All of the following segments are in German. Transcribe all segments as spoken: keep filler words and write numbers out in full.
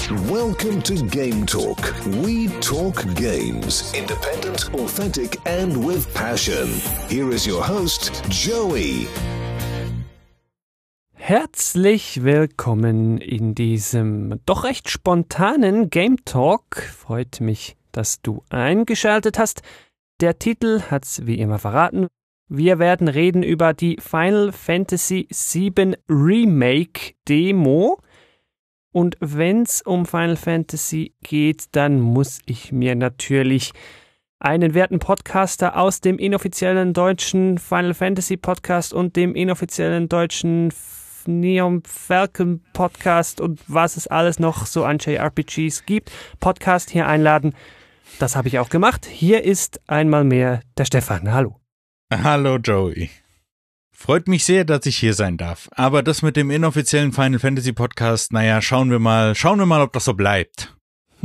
Welcome to Game Talk. We talk games. Independent, authentic and with passion. Here is your host, Joey. Herzlich willkommen in diesem doch recht spontanen Game Talk. Freut mich, dass du eingeschaltet hast. Der Titel hat's wie immer verraten. Wir werden reden über die Final Fantasy sieben Remake Demo. Und wenn's um Final Fantasy geht, dann muss ich mir natürlich einen werten Podcaster aus dem inoffiziellen deutschen Final Fantasy Podcast und dem inoffiziellen deutschen Neon Falcon Podcast und was es alles noch so an J R P Gs gibt, Podcast hier einladen. Das habe ich auch gemacht. Hier ist einmal mehr der Stefan. Hallo. Hallo Joey. Freut mich sehr, dass ich hier sein darf. Aber das mit dem inoffiziellen Final Fantasy Podcast, naja, schauen wir mal, schauen wir mal, ob das so bleibt.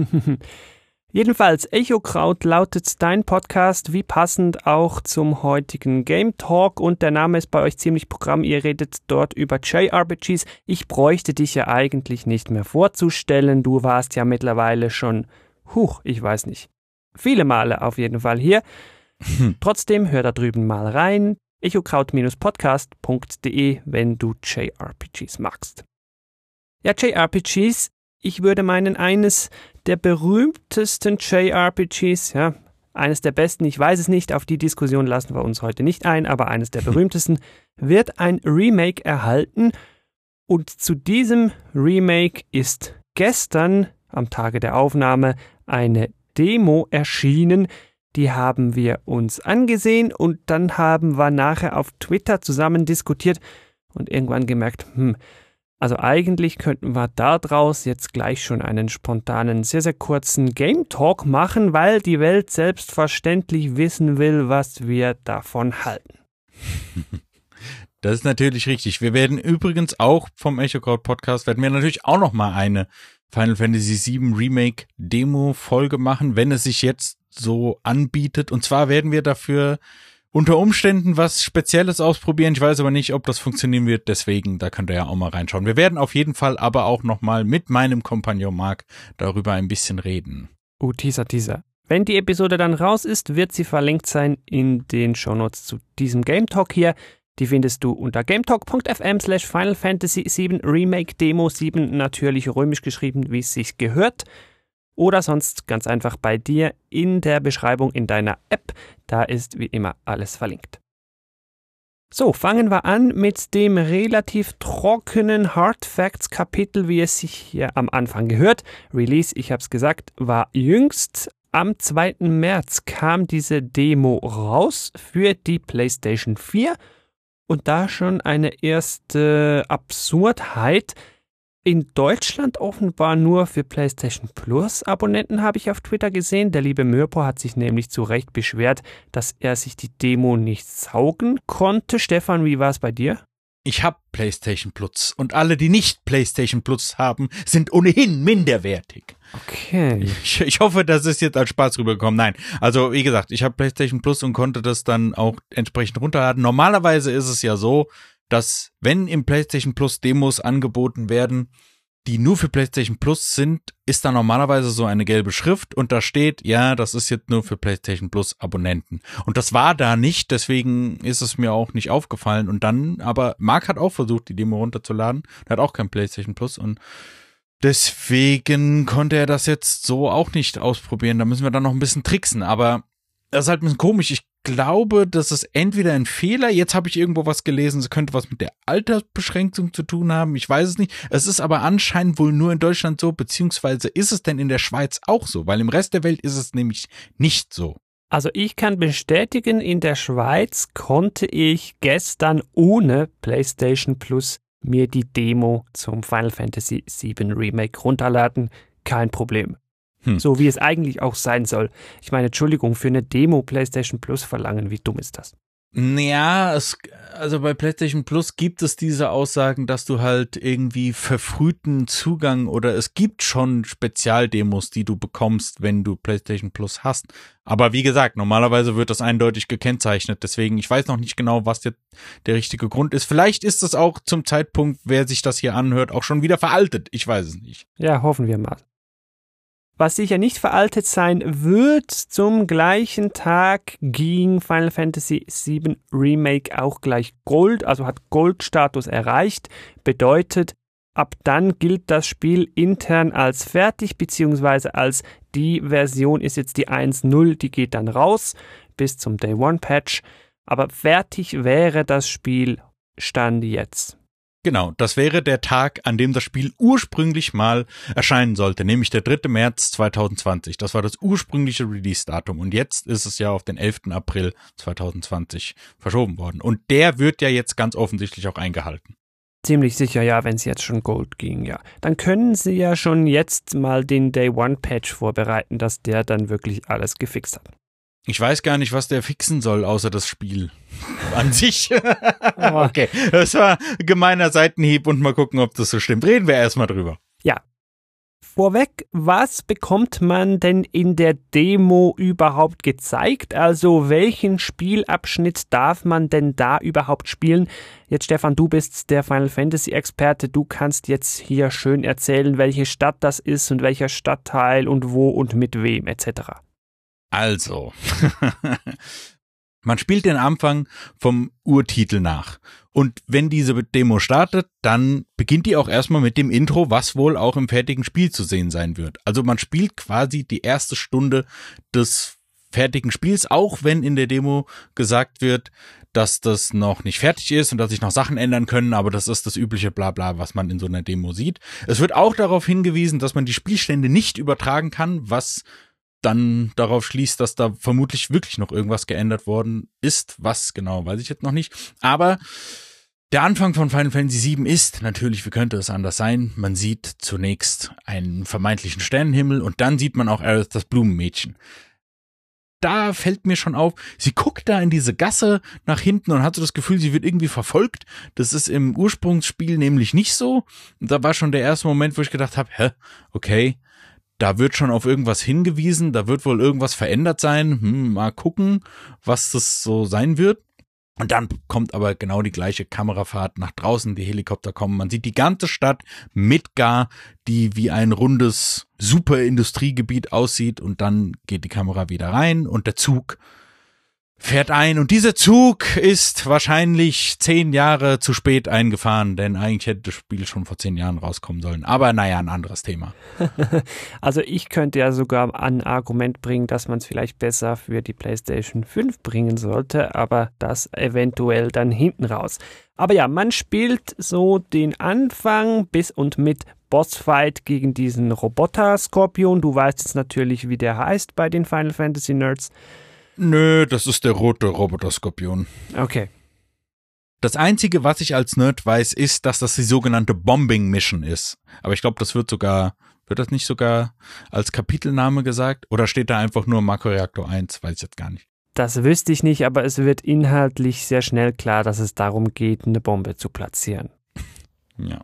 Jedenfalls, Echokraut lautet dein Podcast, wie passend auch zum heutigen Game Talk. Und der Name ist bei euch ziemlich Programm. Ihr redet dort über J R P Gs. Ich bräuchte dich ja eigentlich nicht mehr vorzustellen. Du warst ja mittlerweile schon, huch, ich weiß nicht, viele Male auf jeden Fall hier. Trotzdem, hör da drüben mal rein. echokraut Podcast punkt de, wenn du J R P Gs magst. Ja, J R P Gs, ich würde meinen, eines der berühmtesten J R P Gs, ja, eines der besten, ich weiß es nicht, auf die Diskussion lassen wir uns heute nicht ein, aber eines der berühmtesten, wird ein Remake erhalten. Und zu diesem Remake ist gestern, am Tage der Aufnahme, eine Demo erschienen. Die haben wir uns angesehen und dann haben wir nachher auf Twitter zusammen diskutiert und irgendwann gemerkt, hm, also eigentlich könnten wir daraus jetzt gleich schon einen spontanen, sehr, sehr kurzen Game Talk machen, weil die Welt selbstverständlich wissen will, was wir davon halten. Das ist natürlich richtig. Wir werden übrigens auch vom Echokraut Podcast, werden wir natürlich auch nochmal eine Final Fantasy sieben Remake Demo Folge machen, wenn es sich jetzt so anbietet. Und zwar werden wir dafür unter Umständen was Spezielles ausprobieren. Ich weiß aber nicht, ob das funktionieren wird. Deswegen, da könnt ihr ja auch mal reinschauen. Wir werden auf jeden Fall aber auch nochmal mit meinem Kompagnon Marc darüber ein bisschen reden. Oh, Teaser, Teaser. Wenn die Episode dann raus ist, wird sie verlinkt sein in den Shownotes zu diesem Game Talk hier. Die findest du unter gametalk punkt f m slash Final Fantasy sieben Remake Demo sieben, natürlich römisch geschrieben, wie es sich gehört. Oder sonst ganz einfach bei dir in der Beschreibung in deiner App. Da ist wie immer alles verlinkt. So, fangen wir an mit dem relativ trockenen Hard Facts Kapitel, wie es sich hier am Anfang gehört. Release, ich habe es gesagt, war jüngst. Am zweiten März kam diese Demo raus für die PlayStation vier. Und da schon eine erste Absurdheit. In Deutschland offenbar nur für PlayStation Plus Abonnenten, habe ich auf Twitter gesehen. Der liebe Mörpo hat sich nämlich zu Recht beschwert, dass er sich die Demo nicht saugen konnte. Stefan, wie war es bei dir? Ich habe PlayStation Plus und alle, die nicht PlayStation Plus haben, sind ohnehin minderwertig. Okay. Ich, ich hoffe, das ist jetzt als Spaß rübergekommen. Nein, also wie gesagt, ich habe PlayStation Plus und konnte das dann auch entsprechend runterladen. Normalerweise ist es ja so, dass wenn im PlayStation Plus Demos angeboten werden, die nur für PlayStation Plus sind, ist da normalerweise so eine gelbe Schrift und da steht, ja, das ist jetzt nur für PlayStation Plus Abonnenten. Und das war da nicht, deswegen ist es mir auch nicht aufgefallen. Und dann, aber Marc hat auch versucht, die Demo runterzuladen. Er hat auch kein PlayStation Plus und deswegen konnte er das jetzt so auch nicht ausprobieren. Da müssen wir dann noch ein bisschen tricksen, aber das ist halt ein bisschen komisch. Ich glaube, das ist entweder ein Fehler. Jetzt habe ich irgendwo was gelesen, es könnte was mit der Altersbeschränkung zu tun haben. Ich weiß es nicht. Es ist aber anscheinend wohl nur in Deutschland so, beziehungsweise ist es denn in der Schweiz auch so? Weil im Rest der Welt ist es nämlich nicht so. Also ich kann bestätigen, in der Schweiz konnte ich gestern ohne PlayStation Plus mir die Demo zum Final Fantasy sieben Remake runterladen. Kein Problem. Hm. So wie es eigentlich auch sein soll. Ich meine, Entschuldigung, für eine Demo PlayStation Plus verlangen, wie dumm ist das? Ja, es, also bei PlayStation Plus gibt es diese Aussagen, dass du halt irgendwie verfrühten Zugang oder es gibt schon Spezialdemos, die du bekommst, wenn du PlayStation Plus hast. Aber wie gesagt, normalerweise wird das eindeutig gekennzeichnet. Deswegen, ich weiß noch nicht genau, was jetzt der richtige Grund ist. Vielleicht ist es auch zum Zeitpunkt, wer sich das hier anhört, auch schon wieder veraltet. Ich weiß es nicht. Ja, hoffen wir mal. Was sicher nicht veraltet sein wird, zum gleichen Tag ging Final Fantasy sieben Remake auch gleich Gold, also hat Gold-Status erreicht, bedeutet, ab dann gilt das Spiel intern als fertig, beziehungsweise als die Version ist jetzt die eins Punkt null, die geht dann raus bis zum Day One Patch, aber fertig wäre das Spiel Stand jetzt. Genau, das wäre der Tag, an dem das Spiel ursprünglich mal erscheinen sollte, nämlich der dritte März zweitausendzwanzig. Das war das ursprüngliche Release-Datum und jetzt ist es ja auf den elften April zweitausendzwanzig verschoben worden. Und der wird ja jetzt ganz offensichtlich auch eingehalten. Ziemlich sicher, ja, wenn es jetzt schon Gold ging, ja. Dann können Sie ja schon jetzt mal den Day One Patch vorbereiten, dass der dann wirklich alles gefixt hat. Ich weiß gar nicht, was der fixen soll, außer das Spiel an sich. Okay, das war ein gemeiner Seitenhieb und mal gucken, ob das so stimmt. Reden wir erstmal drüber. Ja. Vorweg, was bekommt man denn in der Demo überhaupt gezeigt? Also welchen Spielabschnitt darf man denn da überhaupt spielen? Jetzt Stefan, du bist der Final Fantasy Experte. Du kannst jetzt hier schön erzählen, welche Stadt das ist und welcher Stadtteil und wo und mit wem et cetera. Also, man spielt den Anfang vom Urtitel nach. Und wenn diese Demo startet, dann beginnt die auch erstmal mit dem Intro, was wohl auch im fertigen Spiel zu sehen sein wird. Also man spielt quasi die erste Stunde des fertigen Spiels, auch wenn in der Demo gesagt wird, dass das noch nicht fertig ist und dass sich noch Sachen ändern können, aber das ist das übliche Blabla, was man in so einer Demo sieht. Es wird auch darauf hingewiesen, dass man die Spielstände nicht übertragen kann, was dann darauf schließt, dass da vermutlich wirklich noch irgendwas geändert worden ist. Was genau, weiß ich jetzt noch nicht. Aber der Anfang von Final Fantasy sieben ist natürlich, wie könnte es anders sein, man sieht zunächst einen vermeintlichen Sternenhimmel und dann sieht man auch Aerith, das Blumenmädchen. Da fällt mir schon auf, sie guckt da in diese Gasse nach hinten und hat so das Gefühl, sie wird irgendwie verfolgt. Das ist im Ursprungsspiel nämlich nicht so. Und da war schon der erste Moment, wo ich gedacht habe, hä, okay, da wird schon auf irgendwas hingewiesen, da wird wohl irgendwas verändert sein. Hm, mal gucken, was das so sein wird. Und dann kommt aber genau die gleiche Kamerafahrt nach draußen, die Helikopter kommen. Man sieht die ganze Stadt Midgar, die wie ein rundes Super-Industriegebiet aussieht. Und dann geht die Kamera wieder rein und der Zug fährt ein. Und dieser Zug ist wahrscheinlich zehn Jahre zu spät eingefahren, denn eigentlich hätte das Spiel schon vor zehn Jahren rauskommen sollen. Aber naja, ein anderes Thema. Also ich könnte ja sogar ein Argument bringen, dass man es vielleicht besser für die PlayStation fünf bringen sollte, aber das eventuell dann hinten raus. Aber ja, man spielt so den Anfang bis und mit Bossfight gegen diesen Roboter-Skorpion. Du weißt jetzt natürlich, wie der heißt bei den Final Fantasy Nerds. Nö, das ist der rote Roboter-Skorpion. Okay. Das Einzige, was ich als Nerd weiß, ist, dass das die sogenannte Bombing Mission ist. Aber ich glaube, das wird sogar, wird das nicht sogar als Kapitelname gesagt? Oder steht da einfach nur Makroreaktor eins? Weiß ich jetzt gar nicht. Das wüsste ich nicht, aber es wird inhaltlich sehr schnell klar, dass es darum geht, eine Bombe zu platzieren. Ja.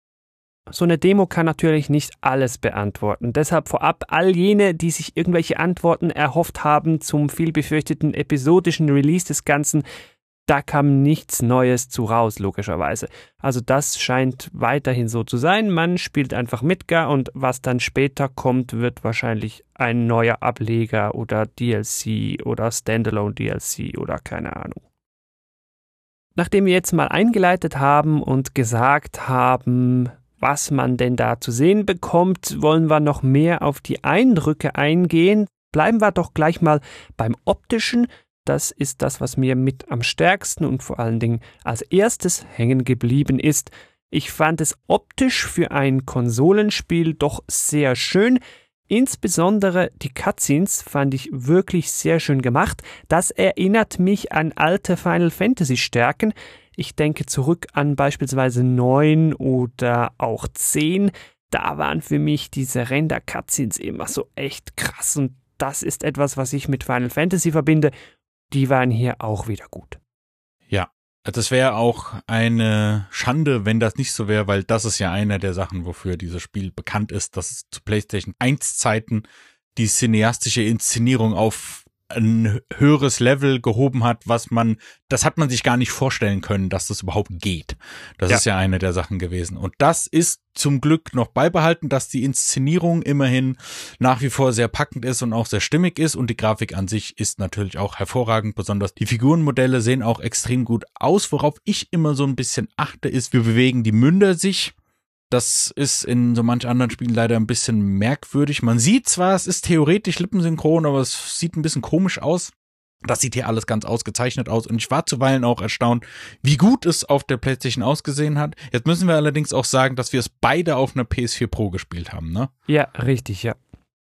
So eine Demo kann natürlich nicht alles beantworten. Deshalb vorab all jene, die sich irgendwelche Antworten erhofft haben zum viel befürchteten episodischen Release des Ganzen, da kam nichts Neues zu raus, logischerweise. Also das scheint weiterhin so zu sein. Man spielt einfach Midgar und was dann später kommt, wird wahrscheinlich ein neuer Ableger oder D L C oder Standalone D L C oder keine Ahnung. Nachdem wir jetzt mal eingeleitet haben und gesagt haben, was man denn da zu sehen bekommt, wollen wir noch mehr auf die Eindrücke eingehen. Bleiben wir doch gleich mal beim Optischen. Das ist das, was mir mit am stärksten und vor allen Dingen als erstes hängen geblieben ist. Ich fand es optisch für ein Konsolenspiel doch sehr schön. Insbesondere die Cutscenes fand ich wirklich sehr schön gemacht. Das erinnert mich an alte Final Fantasy Stärken. Ich denke zurück an beispielsweise neun oder auch zehn. Da waren für mich diese Render-Cutscenes immer so echt krass. Und das ist etwas, was ich mit Final Fantasy verbinde. Die waren hier auch wieder gut. Ja, das wäre auch eine Schande, wenn das nicht so wäre, weil das ist ja einer der Sachen, wofür dieses Spiel bekannt ist, dass es zu PlayStation eins Zeiten die cineastische Inszenierung auf ein höheres Level gehoben hat, was man, das hat man sich gar nicht vorstellen können, dass das überhaupt geht. Das ja. ist ja eine der Sachen gewesen. Und das ist zum Glück noch beibehalten, dass die Inszenierung immerhin nach wie vor sehr packend ist und auch sehr stimmig ist und die Grafik an sich ist natürlich auch hervorragend, besonders die Figurenmodelle sehen auch extrem gut aus. Worauf ich immer so ein bisschen achte, ist, wir bewegen die Münder sich. Das ist in so manch anderen Spielen leider ein bisschen merkwürdig. Man sieht zwar, es ist theoretisch lippensynchron, aber es sieht ein bisschen komisch aus. Das sieht hier alles ganz ausgezeichnet aus und ich war zuweilen auch erstaunt, wie gut es auf der PlayStation ausgesehen hat. Jetzt müssen wir allerdings auch sagen, dass wir es beide auf einer P S vier Pro gespielt haben, ne? Ja, richtig, ja.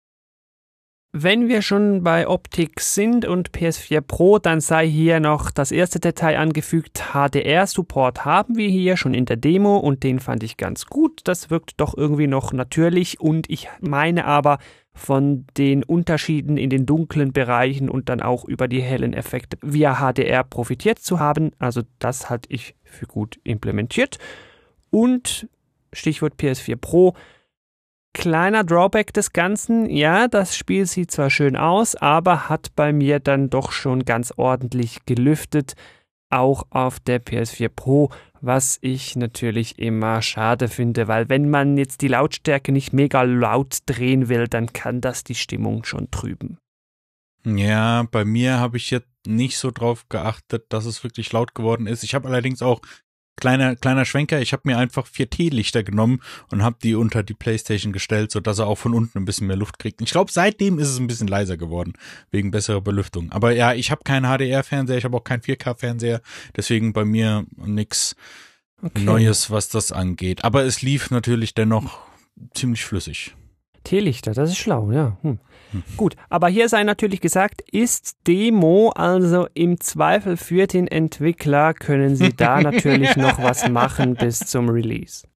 Wenn wir schon bei Optik sind und P S vier Pro, dann sei hier noch das erste Detail angefügt. H D R-Support haben wir hier schon in der Demo und den fand ich ganz gut. Das wirkt doch irgendwie noch natürlich und ich meine aber von den Unterschieden in den dunklen Bereichen und dann auch über die hellen Effekte via H D R profitiert zu haben. Also das halte ich für gut implementiert. Und Stichwort P S vier Pro. Kleiner Drawback des Ganzen, ja, das Spiel sieht zwar schön aus, aber hat bei mir dann doch schon ganz ordentlich gelüftet, auch auf der P S vier Pro, was ich natürlich immer schade finde, weil wenn man jetzt die Lautstärke nicht mega laut drehen will, dann kann das die Stimmung schon trüben. Ja, bei mir habe ich jetzt nicht so drauf geachtet, dass es wirklich laut geworden ist. Ich habe allerdings auch Kleiner, kleiner Schwenker, ich habe mir einfach vier T-Lichter genommen und habe die unter die PlayStation gestellt, sodass er auch von unten ein bisschen mehr Luft kriegt. Ich glaube, seitdem ist es ein bisschen leiser geworden, wegen besserer Belüftung. Aber ja, ich habe keinen H D R-Fernseher, ich habe auch keinen vier K-Fernseher, deswegen bei mir nichts okay. Neues, was das angeht. Aber es lief natürlich dennoch ziemlich flüssig. T-Lichter, das ist schlau, ja. Hm. Hm. Gut, aber hier sei natürlich gesagt, ist Demo, also im Zweifel für den Entwickler können Sie da natürlich noch was machen bis zum Release.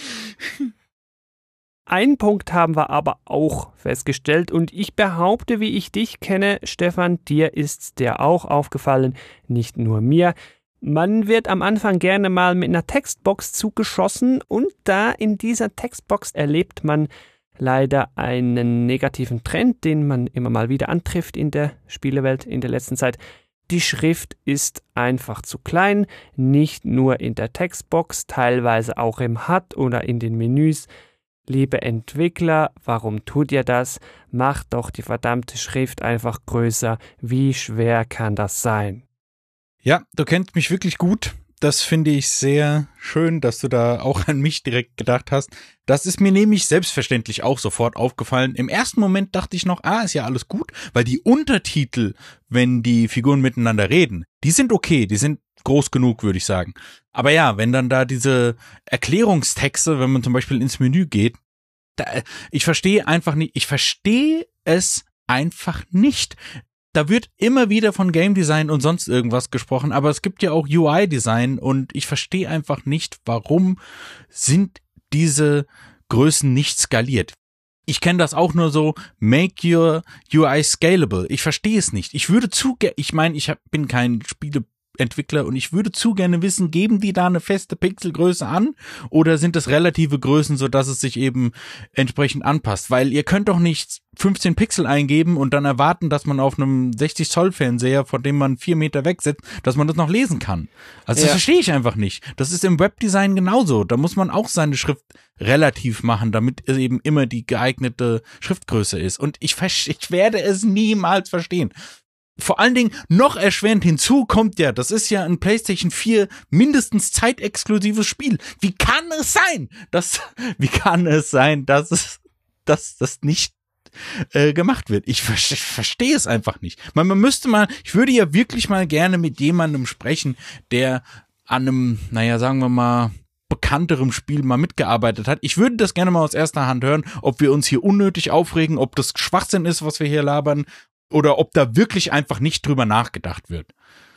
Einen Punkt haben wir aber auch festgestellt und ich behaupte, wie ich dich kenne, Stefan, dir ist der auch aufgefallen, nicht nur mir. Man wird am Anfang gerne mal mit einer Textbox zugeschossen und da in dieser Textbox erlebt man leider einen negativen Trend, den man immer mal wieder antrifft in der Spielewelt in der letzten Zeit. Die Schrift ist einfach zu klein, nicht nur in der Textbox, teilweise auch im H U D oder in den Menüs. Liebe Entwickler, warum tut ihr das? Macht doch die verdammte Schrift einfach größer. Wie schwer kann das sein? Ja, du kennst mich wirklich gut. Das finde ich sehr schön, dass du da auch an mich direkt gedacht hast. Das ist mir nämlich selbstverständlich auch sofort aufgefallen. Im ersten Moment dachte ich noch, ah, ist ja alles gut, weil die Untertitel, wenn die Figuren miteinander reden, die sind okay, die sind groß genug, würde ich sagen. Aber ja, wenn dann da diese Erklärungstexte, wenn man zum Beispiel ins Menü geht, da, ich verstehe einfach nicht, ich verstehe es einfach nicht. Da wird immer wieder von Game Design und sonst irgendwas gesprochen, aber es gibt ja auch U I-Design und ich verstehe einfach nicht, warum sind diese Größen nicht skaliert. Ich kenne das auch nur so, make your U I scalable. Ich verstehe es nicht. Ich würde zu gerne, ich meine, ich hab, bin kein Spieleentwickler und ich würde zu gerne wissen, geben die da eine feste Pixelgröße an oder sind das relative Größen, sodass es sich eben entsprechend anpasst? Weil ihr könnt doch nicht fünfzehn Pixel eingeben und dann erwarten, dass man auf einem sechzig Zoll Fernseher, von dem man vier Meter wegsetzt, dass man das noch lesen kann. Also das ja. verstehe ich einfach nicht. Das ist im Webdesign genauso. Da muss man auch seine Schrift relativ machen, damit es eben immer die geeignete Schriftgröße ist. Und ich, ich werde es niemals verstehen. Vor allen Dingen noch erschwerend hinzu kommt ja, das ist ja ein PlayStation vier mindestens zeitexklusives Spiel. Wie kann es sein, dass, wie kann es sein, dass es, dass das nicht äh, gemacht wird? Ich, ver- ich verstehe es einfach nicht. Man, man müsste mal, ich würde ja wirklich mal gerne mit jemandem sprechen, der an einem, naja, sagen wir mal, bekannterem Spiel mal mitgearbeitet hat. Ich würde das gerne mal aus erster Hand hören, ob wir uns hier unnötig aufregen, ob das Schwachsinn ist, was wir hier labern, oder ob da wirklich einfach nicht drüber nachgedacht wird.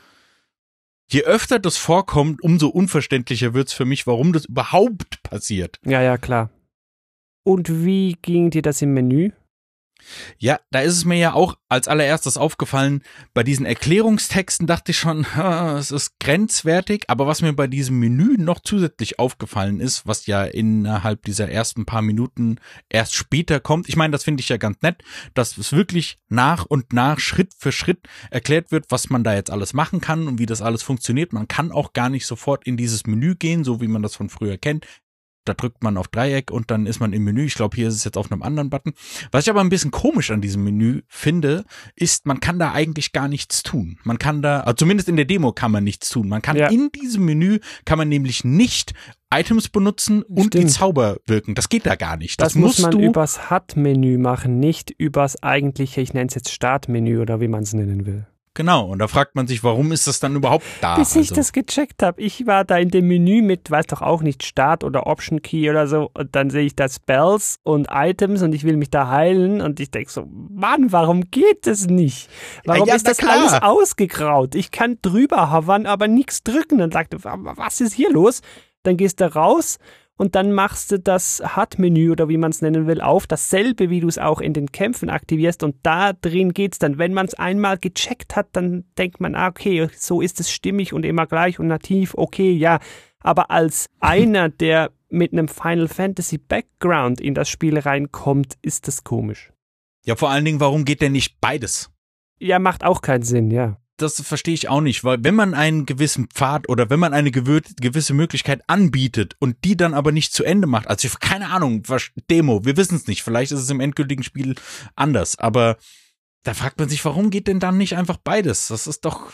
Je öfter das vorkommt, umso unverständlicher wird's für mich, warum das überhaupt passiert. Ja, ja, klar. Und wie ging dir das im Menü? Ja, da ist es mir ja auch als allererstes aufgefallen, bei diesen Erklärungstexten dachte ich schon, es ist grenzwertig, aber was mir bei diesem Menü noch zusätzlich aufgefallen ist, was ja innerhalb dieser ersten paar Minuten erst später kommt, ich meine, das finde ich ja ganz nett, dass es wirklich nach und nach Schritt für Schritt erklärt wird, was man da jetzt alles machen kann und wie das alles funktioniert. Man kann auch gar nicht sofort in dieses Menü gehen, so wie man das von früher kennt. Da drückt man auf Dreieck und dann ist man im Menü. Ich glaube, hier ist es jetzt auf einem anderen Button. Was ich aber ein bisschen komisch an diesem Menü finde, ist, man kann da eigentlich gar nichts tun. Man kann da, also zumindest in der Demo kann man nichts tun. Man kann ja. in diesem Menü, kann man nämlich nicht Items benutzen und Stimmt. die Zauber wirken. Das geht da gar nicht. Das, das muss man du übers H U D-Menü machen, nicht übers eigentliche, ich nenne es jetzt Startmenü oder wie man es nennen will. Genau, und da fragt man sich, warum ist das dann überhaupt da? Bis ich also. das gecheckt habe. Ich war da in dem Menü mit, weiß doch auch nicht, Start oder Option Key oder so, und dann sehe ich da Spells und Items und ich will mich da heilen und ich denke so, Mann, warum geht das nicht? Warum ja, ja, ist das klar. alles ausgegraut? Ich kann drüber hovern, aber nichts drücken. Und sagte, was ist hier los? Dann gehst du raus und dann machst du das H U D-Menü oder wie man es nennen will auf, dasselbe, wie du es auch in den Kämpfen aktivierst und da drin geht's dann. Wenn man es einmal gecheckt hat, dann denkt man, ah, okay, so ist es stimmig und immer gleich und nativ, okay, ja. Aber als einer, der mit einem Final Fantasy Background in das Spiel reinkommt, ist das komisch. Ja, vor allen Dingen, warum geht denn nicht beides? Ja, macht auch keinen Sinn, ja. Das verstehe ich auch nicht, weil wenn man einen gewissen Pfad oder wenn man eine gewisse Möglichkeit anbietet und die dann aber nicht zu Ende macht, also keine Ahnung, Demo, wir wissen es nicht, vielleicht ist es im endgültigen Spiel anders, aber da fragt man sich, warum geht denn dann nicht einfach beides? Das ist doch,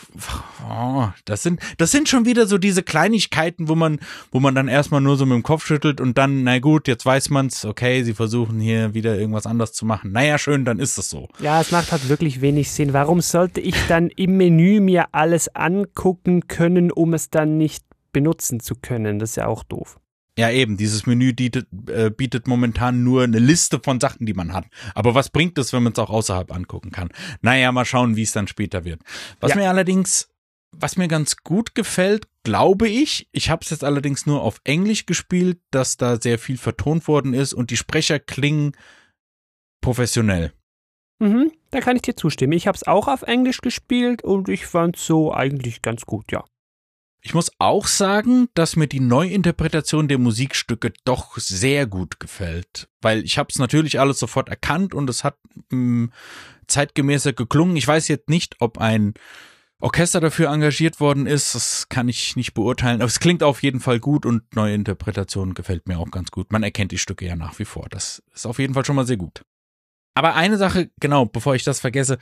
oh, das sind, das sind schon wieder so diese Kleinigkeiten, wo man, wo man dann erstmal nur so mit dem Kopf schüttelt und dann, na gut, jetzt weiß man's, okay, sie versuchen hier wieder irgendwas anderes zu machen. Naja, schön, dann ist es so. Ja, es macht halt wirklich wenig Sinn. Warum sollte ich dann im Menü mir alles angucken können, um es dann nicht benutzen zu können? Das ist ja auch doof. Ja, eben, dieses Menü bietet, äh, bietet momentan nur eine Liste von Sachen, die man hat. Aber was bringt es, wenn man es auch außerhalb angucken kann? Naja, mal schauen, wie es dann später wird. Was ja. mir allerdings, was mir ganz gut gefällt, glaube ich, ich habe es jetzt allerdings nur auf Englisch gespielt, dass da sehr viel vertont worden ist und die Sprecher klingen professionell. Mhm, da kann ich dir zustimmen. Ich habe es auch auf Englisch gespielt und ich fand es so eigentlich ganz gut, ja. Ich muss auch sagen, dass mir die Neuinterpretation der Musikstücke doch sehr gut gefällt, weil ich habe es natürlich alles sofort erkannt und es hat mh, zeitgemäßer geklungen. Ich weiß jetzt nicht, ob ein Orchester dafür engagiert worden ist, das kann ich nicht beurteilen, aber es klingt auf jeden Fall gut und Neuinterpretation gefällt mir auch ganz gut. Man erkennt die Stücke ja nach wie vor, das ist auf jeden Fall schon mal sehr gut. Aber eine Sache, genau, bevor ich das vergesse,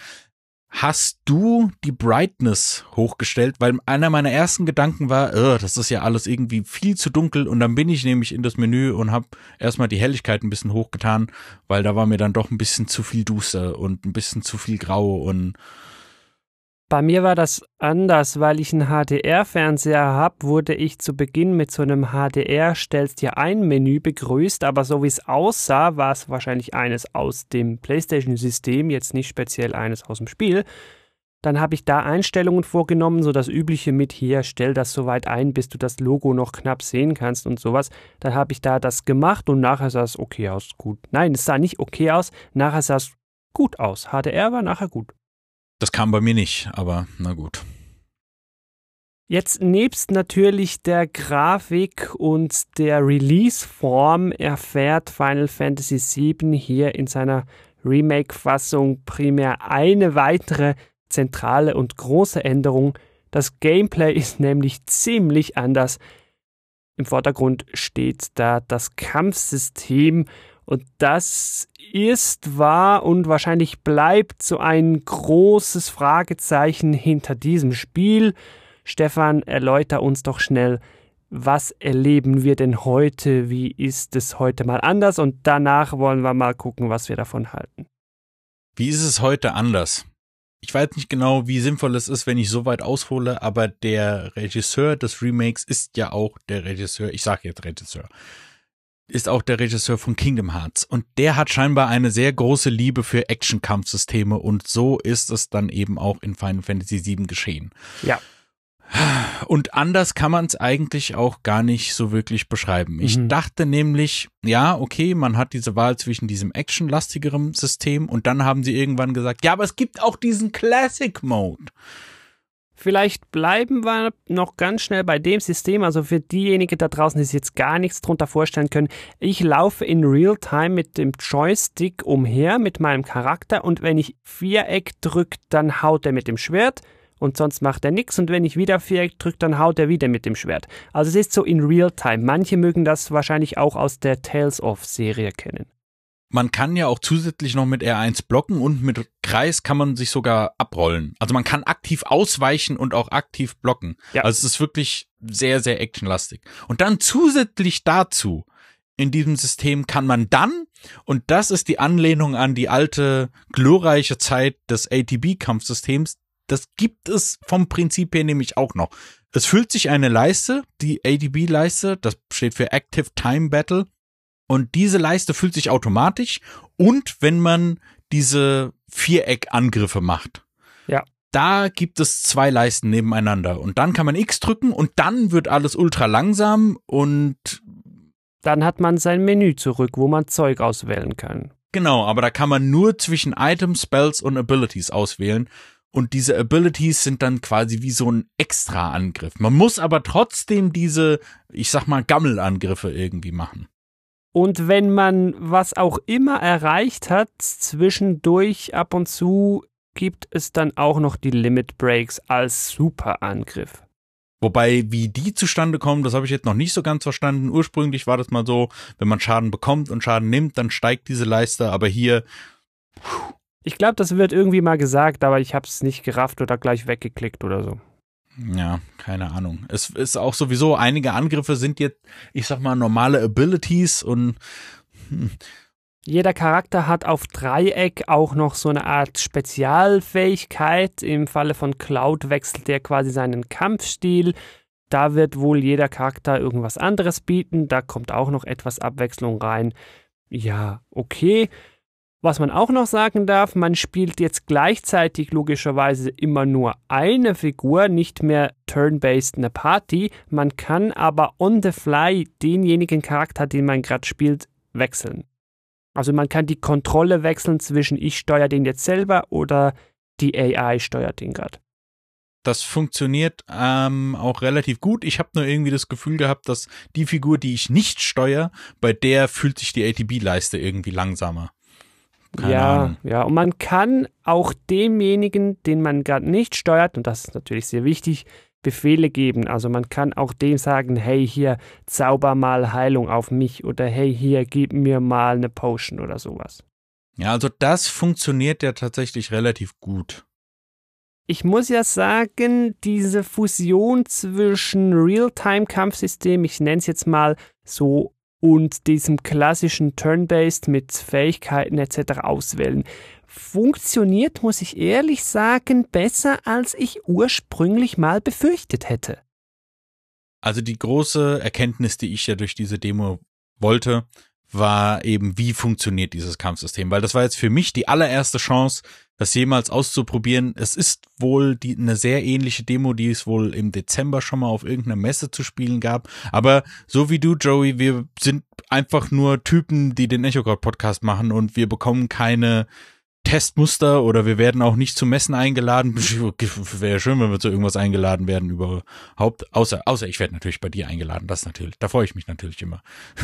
hast du die Brightness hochgestellt? Weil einer meiner ersten Gedanken war, oh, das ist ja alles irgendwie viel zu dunkel und dann bin ich nämlich in das Menü und habe erstmal die Helligkeit ein bisschen hochgetan, weil da war mir dann doch ein bisschen zu viel Duster und ein bisschen zu viel Grau und bei mir war das anders, weil ich einen H D R-Fernseher habe, wurde ich zu Beginn mit so einem H D R stellst dir ein Menü begrüßt, aber so wie es aussah, war es wahrscheinlich eines aus dem PlayStation-System, jetzt nicht speziell eines aus dem Spiel. Dann habe ich da Einstellungen vorgenommen, so das Übliche mit hier, stell das so weit ein, bis du das Logo noch knapp sehen kannst und sowas. Dann habe ich da das gemacht und nachher sah es okay aus, gut. Nein, es sah nicht okay aus, nachher sah es gut aus. H D R war nachher gut. Das kam bei mir nicht, aber na gut. Jetzt nebst natürlich der Grafik und der Release-Form erfährt Final Fantasy sieben hier in seiner Remake-Fassung primär eine weitere zentrale und große Änderung. Das Gameplay ist nämlich ziemlich anders. Im Vordergrund steht da das Kampfsystem. Und das ist, war und wahrscheinlich bleibt so ein großes Fragezeichen hinter diesem Spiel. Stefan, erläuter uns doch schnell, was erleben wir denn heute? Wie ist es heute mal anders? Und danach wollen wir mal gucken, was wir davon halten. Wie ist es heute anders? Ich weiß nicht genau, wie sinnvoll es ist, wenn ich so weit aushole, aber der Regisseur des Remakes ist ja auch der Regisseur, ich sage jetzt Regisseur, ist auch der Regisseur von Kingdom Hearts und der hat scheinbar eine sehr große Liebe für Action-Kampfsysteme und so ist es dann eben auch in Final Fantasy sieben geschehen. Ja. Und anders kann man es eigentlich auch gar nicht so wirklich beschreiben. Ich Mhm. dachte nämlich, ja, okay, man hat diese Wahl zwischen diesem actionlastigeren System und dann haben sie irgendwann gesagt, ja, aber es gibt auch diesen Classic Mode. Vielleicht bleiben wir noch ganz schnell bei dem System, also für diejenigen da draußen, die sich jetzt gar nichts drunter vorstellen können. Ich laufe in Realtime mit dem Joystick umher mit meinem Charakter und wenn ich Viereck drücke, dann haut er mit dem Schwert und sonst macht er nichts und wenn ich wieder Viereck drücke, dann haut er wieder mit dem Schwert. Also es ist so in Realtime. Manche mögen das wahrscheinlich auch aus der Tales of Serie kennen. Man kann ja auch zusätzlich noch mit R eins blocken und mit Kreis kann man sich sogar abrollen. Also man kann aktiv ausweichen und auch aktiv blocken. Ja. Also es ist wirklich sehr, sehr actionlastig. Und dann zusätzlich dazu, in diesem System kann man dann, und das ist die Anlehnung an die alte, glorreiche Zeit des A T B-Kampfsystems, das gibt es vom Prinzip her nämlich auch noch. Es füllt sich eine Leiste, die A T B-Leiste, das steht für Active Time Battle, und diese Leiste füllt sich automatisch und wenn man diese Viereckangriffe macht. Ja. Da gibt es zwei Leisten nebeneinander und dann kann man X drücken und dann wird alles ultra langsam und Dann hat man sein Menü zurück, wo man Zeug auswählen kann. genau, aber da kann man nur zwischen Items, Spells und Abilities auswählen. Und diese Abilities sind dann quasi wie so ein Extra-Angriff. Man muss aber trotzdem diese, ich sag mal, Gammelangriffe irgendwie machen. Und wenn man was auch immer erreicht hat, zwischendurch ab und zu gibt es dann auch noch die Limit Breaks als Superangriff. Wobei, wie die zustande kommen, das habe ich jetzt noch nicht so ganz verstanden. Ursprünglich war das mal so, wenn man Schaden bekommt und Schaden nimmt, dann steigt diese Leiste. Aber hier, Ich glaube, das wird irgendwie mal gesagt, aber ich habe es nicht gerafft oder gleich weggeklickt oder so. ja, keine Ahnung. Es ist auch sowieso, einige Angriffe sind jetzt, ich sag mal, normale Abilities und hm, Jeder Charakter hat auf Dreieck auch noch so eine Art Spezialfähigkeit. Im Falle von Cloud wechselt er quasi seinen Kampfstil. Da wird wohl jeder Charakter irgendwas anderes bieten. Da kommt auch noch etwas Abwechslung rein. Ja, okay. Was man auch noch sagen darf, man spielt jetzt gleichzeitig logischerweise immer nur eine Figur, nicht mehr turn-based eine Party. Man kann aber on the fly denjenigen Charakter, den man gerade spielt, wechseln. Also man kann die Kontrolle wechseln zwischen ich steuere den jetzt selber oder die A I steuert den gerade. das funktioniert ähm, auch relativ gut. Ich habe nur irgendwie das Gefühl gehabt, dass die Figur, die ich nicht steuere, bei der fühlt sich die A T B-Leiste irgendwie langsamer. Keine ja, Ahnung. ja, und man kann auch demjenigen, den man gerade nicht steuert, und das ist natürlich sehr wichtig, Befehle geben. Also man kann auch dem sagen, hey, hier, zauber mal Heilung auf mich oder hey, hier, gib mir mal eine Potion oder sowas. Ja, also das funktioniert ja tatsächlich relativ gut. Ich muss ja sagen, diese Fusion zwischen Realtime-Kampfsystem, ich nenne es jetzt mal so, und diesem klassischen Turn-Based mit Fähigkeiten et cetera auswählen, funktioniert, muss ich ehrlich sagen, besser, als ich ursprünglich mal befürchtet hätte. Also die große Erkenntnis, die ich ja durch diese Demo wollte, war eben, wie funktioniert dieses Kampfsystem. Weil das war jetzt für mich die allererste Chance, das jemals auszuprobieren. Es ist wohl die, eine sehr ähnliche Demo, die es wohl im Dezember schon mal auf irgendeiner Messe zu spielen gab. Aber so wie du, Joey, wir sind einfach nur Typen, die den Echocard-Podcast machen und wir bekommen keine Testmuster oder wir werden auch nicht zu Messen eingeladen. Wäre ja schön, wenn wir zu irgendwas eingeladen werden überhaupt. Außer, außer ich werde natürlich bei dir eingeladen. Das natürlich, da freue ich mich natürlich immer.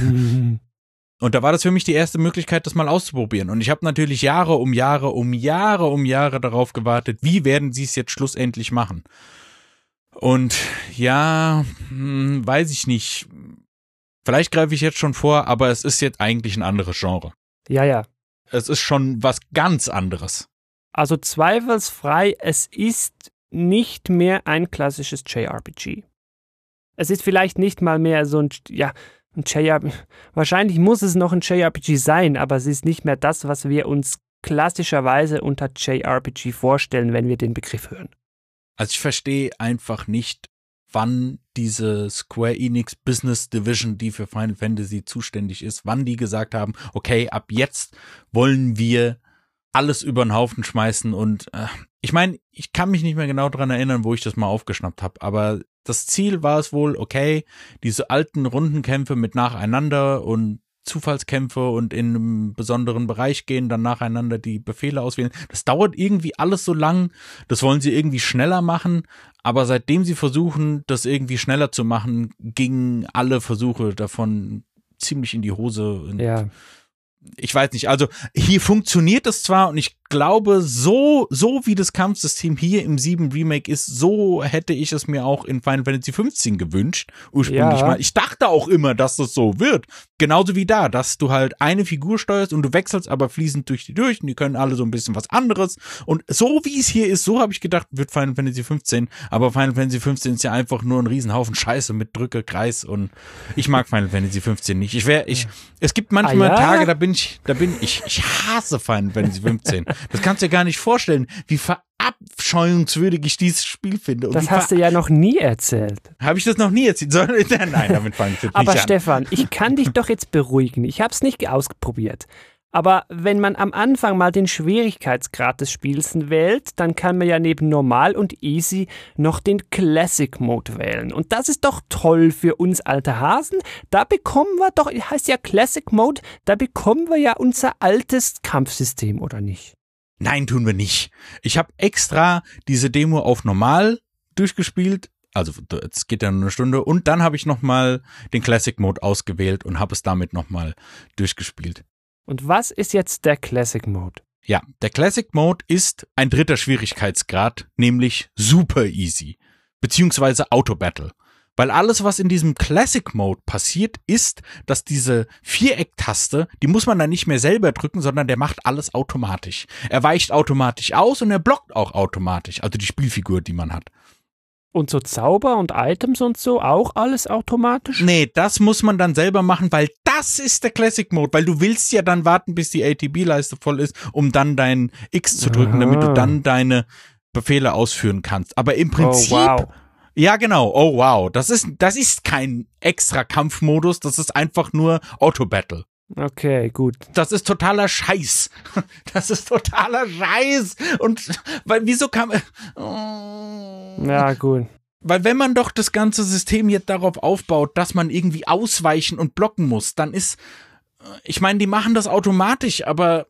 Und da war das für mich die erste Möglichkeit, das mal auszuprobieren. Und ich habe natürlich Jahre um Jahre um Jahre um Jahre darauf gewartet, wie werden sie es jetzt schlussendlich machen. Und ja, hm, weiß ich nicht. Vielleicht greife ich jetzt schon vor, aber es ist jetzt eigentlich ein anderes Genre. Ja, ja. Es ist schon was ganz anderes. Also zweifelsfrei, es ist nicht mehr ein klassisches J R P G. Es ist vielleicht nicht mal mehr so ein, ja, ein J R P G. Wahrscheinlich muss es noch ein J R P G sein, aber es ist nicht mehr das, was wir uns klassischerweise unter J R P G vorstellen, wenn wir den Begriff hören. Also ich verstehe einfach nicht, wann diese Square Enix Business Division, die für Final Fantasy zuständig ist, wann die gesagt haben, okay, ab jetzt wollen wir alles über den Haufen schmeißen und äh, ich meine, ich kann mich nicht mehr genau dran erinnern, wo ich das mal aufgeschnappt habe, aber das Ziel war es wohl, okay, diese alten Rundenkämpfe mit nacheinander und Zufallskämpfe und in einem besonderen Bereich gehen, dann nacheinander die Befehle auswählen. Das dauert irgendwie alles so lang, das wollen sie irgendwie schneller machen, aber seitdem sie versuchen, das irgendwie schneller zu machen, gingen alle Versuche davon ziemlich in die Hose. Und ja. Ich weiß nicht, also hier funktioniert es zwar und ich glaube, so so wie das Kampfsystem hier im sieben Remake ist, so hätte ich es mir auch in Final Fantasy fünfzehn gewünscht, ursprünglich ja. mal. Ich dachte auch immer, dass das so wird. Genauso wie da, dass du halt eine Figur steuerst und du wechselst aber fließend durch die durch und die können alle so ein bisschen was anderes. Und so wie es hier ist, so habe ich gedacht, wird Final Fantasy fünfzehn. Aber Final Fantasy fünfzehn ist ja einfach nur ein Riesenhaufen Scheiße mit Drücke, Kreis und ich mag Final Fantasy fünfzehn nicht. Ich wäre, ich, es gibt manchmal ah, ja? Tage, da bin ich, da bin ich, ich hasse Final Fantasy fünfzehn. Das kannst du dir gar nicht vorstellen, wie verabscheuungswürdig ich dieses Spiel finde. Und das hast du ja noch nie erzählt. Habe ich das noch nie erzählt? Nein, damit fange ich jetzt nicht Aber an. Aber Stefan, ich kann dich doch jetzt beruhigen. Ich habe es nicht ausprobiert. Aber wenn man am Anfang mal den Schwierigkeitsgrad des Spiels wählt, dann kann man ja neben Normal und Easy noch den Classic Mode wählen. Und das ist doch toll für uns alte Hasen. Da bekommen wir doch, heißt ja Classic Mode, da bekommen wir ja unser altes Kampfsystem, oder nicht? Nein, tun wir nicht. Ich habe extra diese Demo auf Normal durchgespielt. Also es geht ja nur eine Stunde. Und dann habe ich nochmal den Classic Mode ausgewählt und habe es damit nochmal durchgespielt. Und was ist jetzt der Classic Mode? Ja, der Classic Mode ist ein dritter Schwierigkeitsgrad, nämlich Super Easy, beziehungsweise Auto Battle. Weil alles, was in diesem Classic Mode passiert, ist, dass diese Viereck-Taste, die muss man dann nicht mehr selber drücken, sondern der macht alles automatisch. Er weicht automatisch aus und er blockt auch automatisch, also die Spielfigur, die man hat. Und so Zauber und Items und so auch alles automatisch? Nee, das muss man dann selber machen, weil das ist der Classic Mode, weil du willst ja dann warten, bis die A T B-Leiste voll ist, um dann dein X zu drücken, Aha. damit du dann deine Befehle ausführen kannst. Aber im Prinzip... Oh, wow. Ja, genau. Oh, wow. Das ist, das ist kein extra Kampfmodus, das ist einfach nur Auto-Battle. Okay, gut. Das ist totaler Scheiß. Das ist totaler Scheiß. Und weil, wieso kann man... Ja, gut. Weil wenn man doch das ganze System jetzt darauf aufbaut, dass man irgendwie ausweichen und blocken muss, dann ist... Ich meine, die machen das automatisch, aber...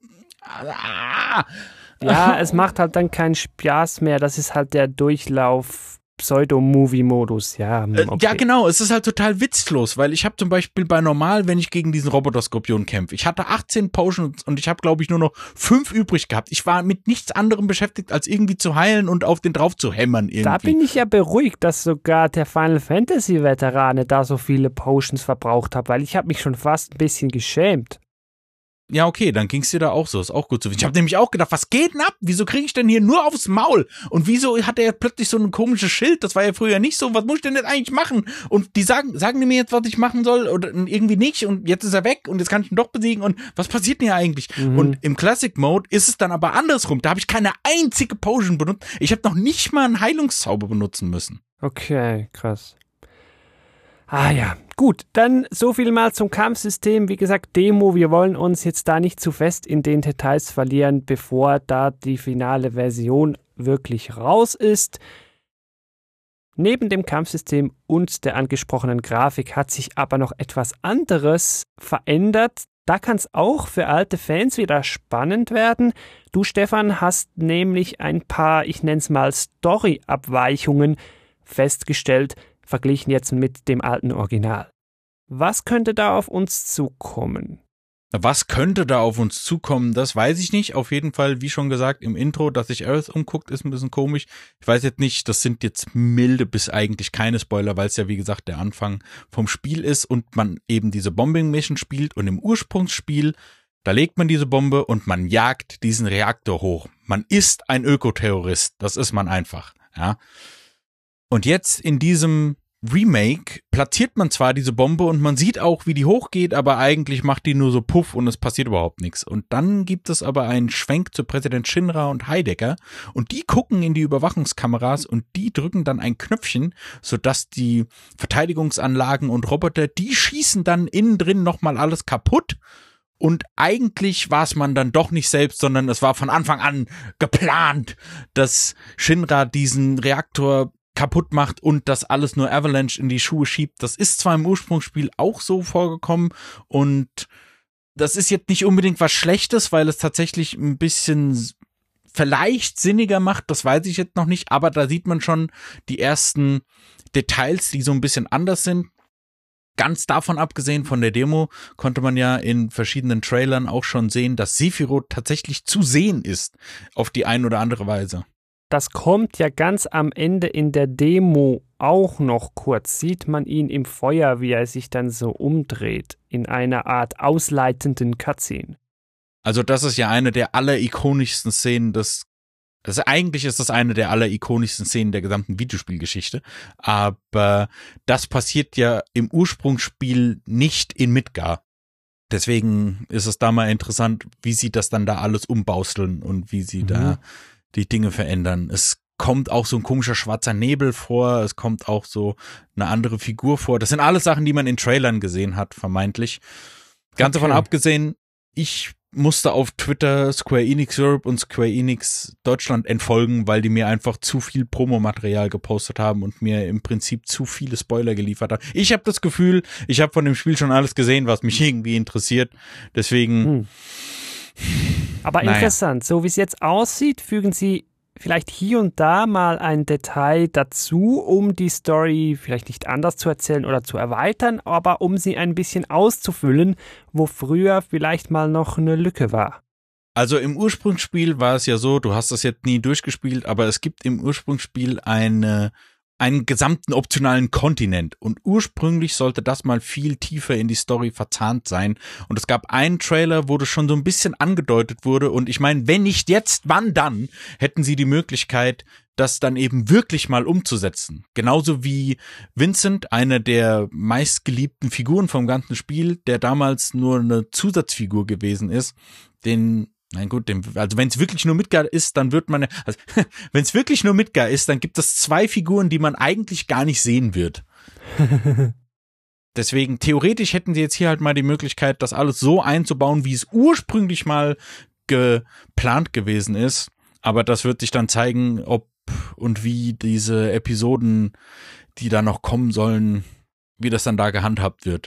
Ah, ja, es macht halt dann keinen Spaß mehr. Das ist halt der Durchlauf... Pseudo-Movie-Modus, ja. Okay. Ja, genau, es ist halt total witzlos, weil ich habe zum Beispiel bei Normal, wenn ich gegen diesen Roboter-Skorpion kämpfe, ich hatte achtzehn Potions und ich habe, glaube ich, nur noch fünf übrig gehabt. Ich war mit nichts anderem beschäftigt, als irgendwie zu heilen und auf den drauf zu hämmern irgendwie. Da bin ich ja beruhigt, dass sogar der Final Fantasy-Veterane da so viele Potions verbraucht hat, weil ich habe mich schon fast ein bisschen geschämt. Ja, okay, dann ging's dir da auch so, ist auch gut zu wissen. Ich habe nämlich auch gedacht, was geht denn ab? Wieso kriege ich denn hier nur aufs Maul? Und wieso hat er plötzlich so ein komisches Schild? Das war ja früher nicht so. Was muss ich denn jetzt eigentlich machen? Und die sagen, sagen die mir jetzt, was ich machen soll? Oder irgendwie nicht. Und jetzt ist er weg und jetzt kann ich ihn doch besiegen. Und was passiert denn hier eigentlich? Mhm. Und im Classic Mode ist es dann aber andersrum. Da habe ich keine einzige Potion benutzt. Ich habe noch nicht mal einen Heilungszauber benutzen müssen. Okay, krass. Ah ja, gut, dann so viel mal zum Kampfsystem. Wie gesagt, Demo, wir wollen uns jetzt da nicht zu fest in den Details verlieren, bevor da die finale Version wirklich raus ist. Neben dem Kampfsystem und der angesprochenen Grafik hat sich aber noch etwas anderes verändert. Da kann es auch für alte Fans wieder spannend werden. Du, Stefan, hast nämlich ein paar, ich nenne es mal Story-Abweichungen festgestellt, verglichen jetzt mit dem alten Original. Was könnte da auf uns zukommen? Was könnte da auf uns zukommen, das weiß ich nicht. Auf jeden Fall, wie schon gesagt, im Intro, dass sich Aerith umguckt, ist ein bisschen komisch. Ich weiß jetzt nicht, das sind jetzt milde bis eigentlich keine Spoiler, weil es ja wie gesagt der Anfang vom Spiel ist und man eben diese Bombing-Mission spielt und im Ursprungsspiel, da legt man diese Bombe und man jagt diesen Reaktor hoch. Man ist ein Ökoterrorist, das ist man einfach, ja. Und jetzt in diesem Remake platziert man zwar diese Bombe und man sieht auch, wie die hochgeht, aber eigentlich macht die nur so Puff und es passiert überhaupt nichts. Und dann gibt es aber einen Schwenk zu Präsident Shinra und Heidegger und die gucken in die Überwachungskameras und die drücken dann ein Knöpfchen, sodass die Verteidigungsanlagen und Roboter, die schießen dann innen drin nochmal alles kaputt Und eigentlich war es man dann doch nicht selbst, sondern es war von Anfang an geplant, dass Shinra diesen Reaktor kaputt macht und das alles nur Avalanche in die Schuhe schiebt. Das ist zwar im Ursprungsspiel auch so vorgekommen und das ist jetzt nicht unbedingt was Schlechtes, weil es tatsächlich ein bisschen vielleicht sinniger macht, das weiß ich jetzt noch nicht, aber da sieht man schon die ersten Details, die so ein bisschen anders sind. Ganz davon abgesehen von der Demo konnte man ja in verschiedenen Trailern auch schon sehen, dass Sephiroth tatsächlich zu sehen ist, auf die eine oder andere Weise. Das kommt ja ganz am Ende in der Demo auch noch kurz. Sieht man ihn im Feuer, wie er sich dann so umdreht, in einer Art ausleitenden Cutscene. Also das ist ja eine der allerikonischsten Szenen des Also eigentlich ist das eine der allerikonischsten Szenen der gesamten Videospielgeschichte, aber das passiert ja im Ursprungsspiel nicht in Midgar. Deswegen ist es da mal interessant, wie sie das dann da alles umbausteln und wie sie mhm. da die Dinge verändern. Es kommt auch so ein komischer schwarzer Nebel vor, es kommt auch so eine andere Figur vor. Das sind alles Sachen, die man in Trailern gesehen hat, vermeintlich. Ganz okay. Davon abgesehen, ich musste auf Twitter Square Enix Europe und Square Enix Deutschland entfolgen, weil die mir einfach zu viel Promomaterial gepostet haben und mir im Prinzip zu viele Spoiler geliefert haben. Ich habe das Gefühl, ich habe von dem Spiel schon alles gesehen, was mich irgendwie interessiert. Deswegen. Hm. Aber naja. Interessant, so wie es jetzt aussieht, fügen Sie vielleicht hier und da mal ein Detail dazu, um die Story vielleicht nicht anders zu erzählen oder zu erweitern, aber um sie ein bisschen auszufüllen, wo früher vielleicht mal noch eine Lücke war. Also im Ursprungsspiel war es ja so, du hast das jetzt nie durchgespielt, aber es gibt im Ursprungsspiel eine einen gesamten optionalen Kontinent und ursprünglich sollte das mal viel tiefer in die Story verzahnt sein und es gab einen Trailer, wo das schon so ein bisschen angedeutet wurde und ich meine, wenn nicht jetzt, wann dann, hätten sie die Möglichkeit, das dann eben wirklich mal umzusetzen. Genauso wie Vincent, einer der meistgeliebten Figuren vom ganzen Spiel, der damals nur eine Zusatzfigur gewesen ist, den Nein, gut, dem, also wenn es wirklich nur Midgar ist, dann wird man, also, wenn es wirklich nur Midgar ist, dann gibt es zwei Figuren, die man eigentlich gar nicht sehen wird. Deswegen, theoretisch hätten sie jetzt hier halt mal die Möglichkeit, das alles so einzubauen, wie es ursprünglich mal geplant gewesen ist. Aber das wird sich dann zeigen, ob und wie diese Episoden, die da noch kommen sollen, wie das dann da gehandhabt wird.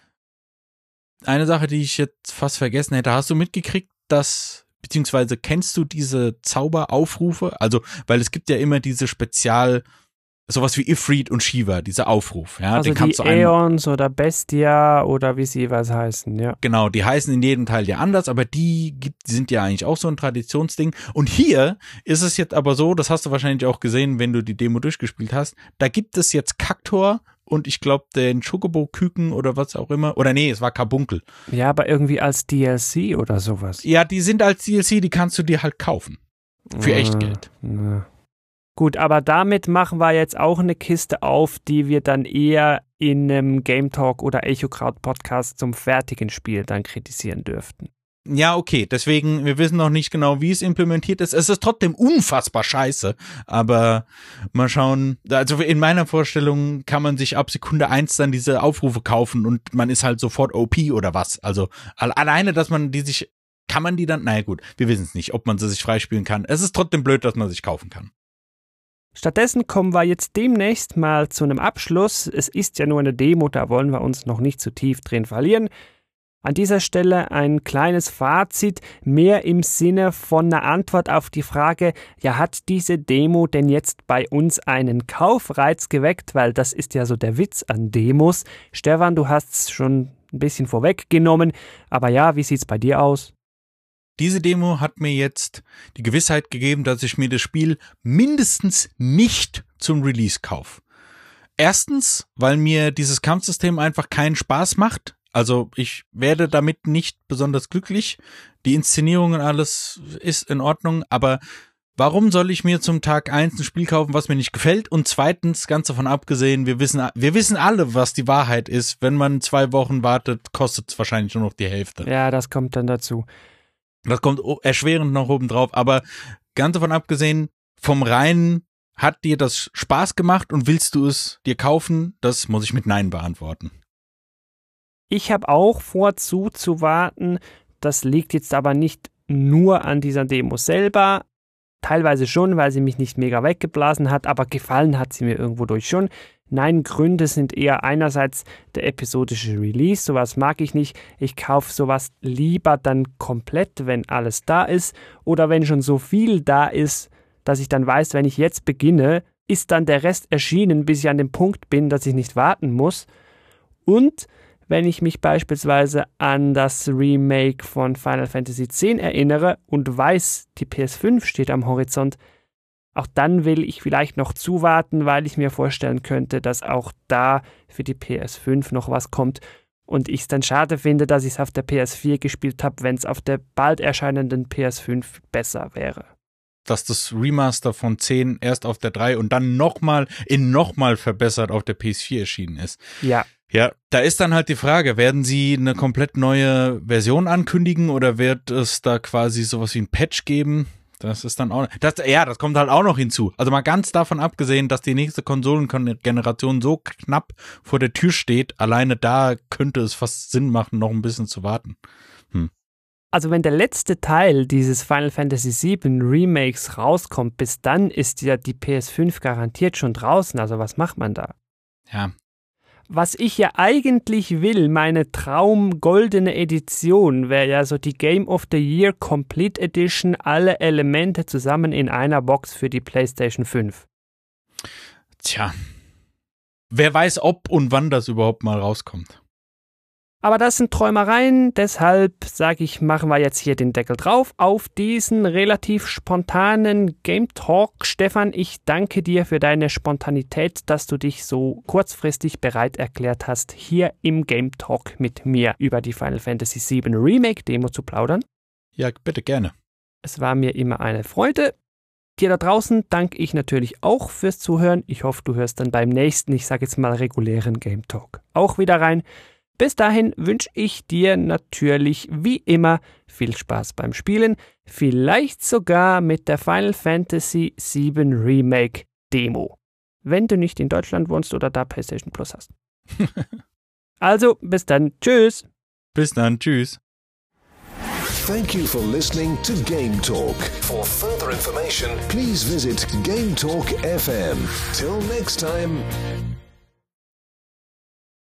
Eine Sache, die ich jetzt fast vergessen hätte, hast du mitgekriegt, dass, beziehungsweise kennst du diese Zauberaufrufe? Also, weil es gibt ja immer diese Spezial, sowas wie Ifrit und Shiva, dieser Aufruf. Ja, also den kannst die du einem, Aeons oder Bestia oder wie sie jeweils heißen, ja. Genau, die heißen in jedem Teil ja anders, aber die, gibt, die sind ja eigentlich auch so ein Traditionsding. Und hier ist es jetzt aber so, das hast du wahrscheinlich auch gesehen, wenn du die Demo durchgespielt hast, da gibt es jetzt Kaktor und ich glaube den Chocobo-Küken oder was auch immer. Oder nee, es war Carbunkel. Ja, aber irgendwie als D L C oder sowas. Ja, die sind als D L C, die kannst du dir halt kaufen. Für äh, Echtgeld. Äh. Gut, aber damit machen wir jetzt auch eine Kiste auf, die wir dann eher in einem Game Talk oder Echo Crowd Podcast zum fertigen Spiel dann kritisieren dürften. Ja, okay, deswegen, wir wissen noch nicht genau, wie es implementiert ist. Es ist trotzdem unfassbar scheiße, aber mal schauen, also in meiner Vorstellung kann man sich ab Sekunde eins dann diese Aufrufe kaufen und man ist halt sofort O P oder was. Also alleine, dass man die sich, kann man die dann, naja gut, wir wissen es nicht, ob man sie sich freispielen kann. Es ist trotzdem blöd, dass man sich kaufen kann. Stattdessen kommen wir jetzt demnächst mal zu einem Abschluss. Es ist ja nur eine Demo, da wollen wir uns noch nicht zu tief drin verlieren. An dieser Stelle ein kleines Fazit, mehr im Sinne von einer Antwort auf die Frage, ja, hat diese Demo denn jetzt bei uns einen Kaufreiz geweckt? Weil das ist ja so der Witz an Demos. Stefan, du hast es schon ein bisschen vorweggenommen, aber ja, wie sieht's bei dir aus? Diese Demo hat mir jetzt die Gewissheit gegeben, dass ich mir das Spiel mindestens nicht zum Release kaufe. Erstens, weil mir dieses Kampfsystem einfach keinen Spaß macht. Also ich werde damit nicht besonders glücklich. Die Inszenierung und alles ist in Ordnung, aber warum soll ich mir zum Tag eins ein Spiel kaufen, was mir nicht gefällt? Und zweitens, ganz davon abgesehen, wir wissen, wir wissen alle, was die Wahrheit ist. Wenn man zwei Wochen wartet, kostet es wahrscheinlich nur noch die Hälfte. Ja, das kommt dann dazu. Das kommt erschwerend noch oben drauf, aber ganz davon abgesehen, vom Reinen, hat dir das Spaß gemacht und willst du es dir kaufen? Das muss ich mit Nein beantworten. Ich habe auch vor, zuzuwarten, Das liegt jetzt aber nicht nur an dieser Demo selber. Teilweise schon, weil sie mich nicht mega weggeblasen hat, aber gefallen hat sie mir irgendwo durch schon. Nein, Gründe sind eher einerseits der episodische Release, sowas mag ich nicht. Ich kaufe sowas lieber dann komplett, wenn alles da ist oder wenn schon so viel da ist, dass ich dann weiß, wenn ich jetzt beginne, ist dann der Rest erschienen, bis ich an dem Punkt bin, dass ich nicht warten muss. Und wenn ich mich beispielsweise an das Remake von Final Fantasy X erinnere und weiß, die P S fünf steht am Horizont, auch dann will ich vielleicht noch zuwarten, weil ich mir vorstellen könnte, dass auch da für die P S fünf noch was kommt und ich es dann schade finde, dass ich es auf der P S vier gespielt habe, wenn es auf der bald erscheinenden P S fünf besser wäre. Dass das Remaster von zehn erst auf der drei und dann nochmal in nochmal verbessert auf der P S vier erschienen ist. Ja. Ja, da ist dann halt die Frage, werden sie eine komplett neue Version ankündigen oder wird es da quasi sowas wie ein Patch geben? Das ist dann auch, das, ja, das kommt halt auch noch hinzu. Also mal ganz davon abgesehen, dass die nächste Konsolengeneration so knapp vor der Tür steht, alleine da könnte es fast Sinn machen, noch ein bisschen zu warten. Hm. Also wenn der letzte Teil dieses Final Fantasy sieben Remakes rauskommt, bis dann ist ja die P S fünf garantiert schon draußen. Also was macht man da? Ja. Was ich ja eigentlich will, meine Traum-goldene Edition, wäre ja so die Game of the Year Complete Edition, alle Elemente zusammen in einer Box für die PlayStation fünf. Tja, wer weiß, ob und wann das überhaupt mal rauskommt. Aber das sind Träumereien, deshalb sage ich, machen wir jetzt hier den Deckel drauf auf diesen relativ spontanen Game Talk. Stefan, ich danke dir für deine Spontanität, dass du dich so kurzfristig bereit erklärt hast, hier im Game Talk mit mir über die Final Fantasy sieben Remake Demo zu plaudern. Ja, bitte, gerne. Es war mir immer eine Freude. Dir da draußen danke ich natürlich auch fürs Zuhören. Ich hoffe, du hörst dann beim nächsten, ich sage jetzt mal regulären Game Talk auch wieder rein. Bis dahin wünsche ich dir natürlich wie immer viel Spaß beim Spielen, vielleicht sogar mit der Final Fantasy sieben Remake Demo, wenn du nicht in Deutschland wohnst oder da PlayStation Plus hast. Also, bis dann. Tschüss. Bis dann. Tschüss. Thank you for listening to Game Talk. For further information, please visit Game Talk F M. Till next time.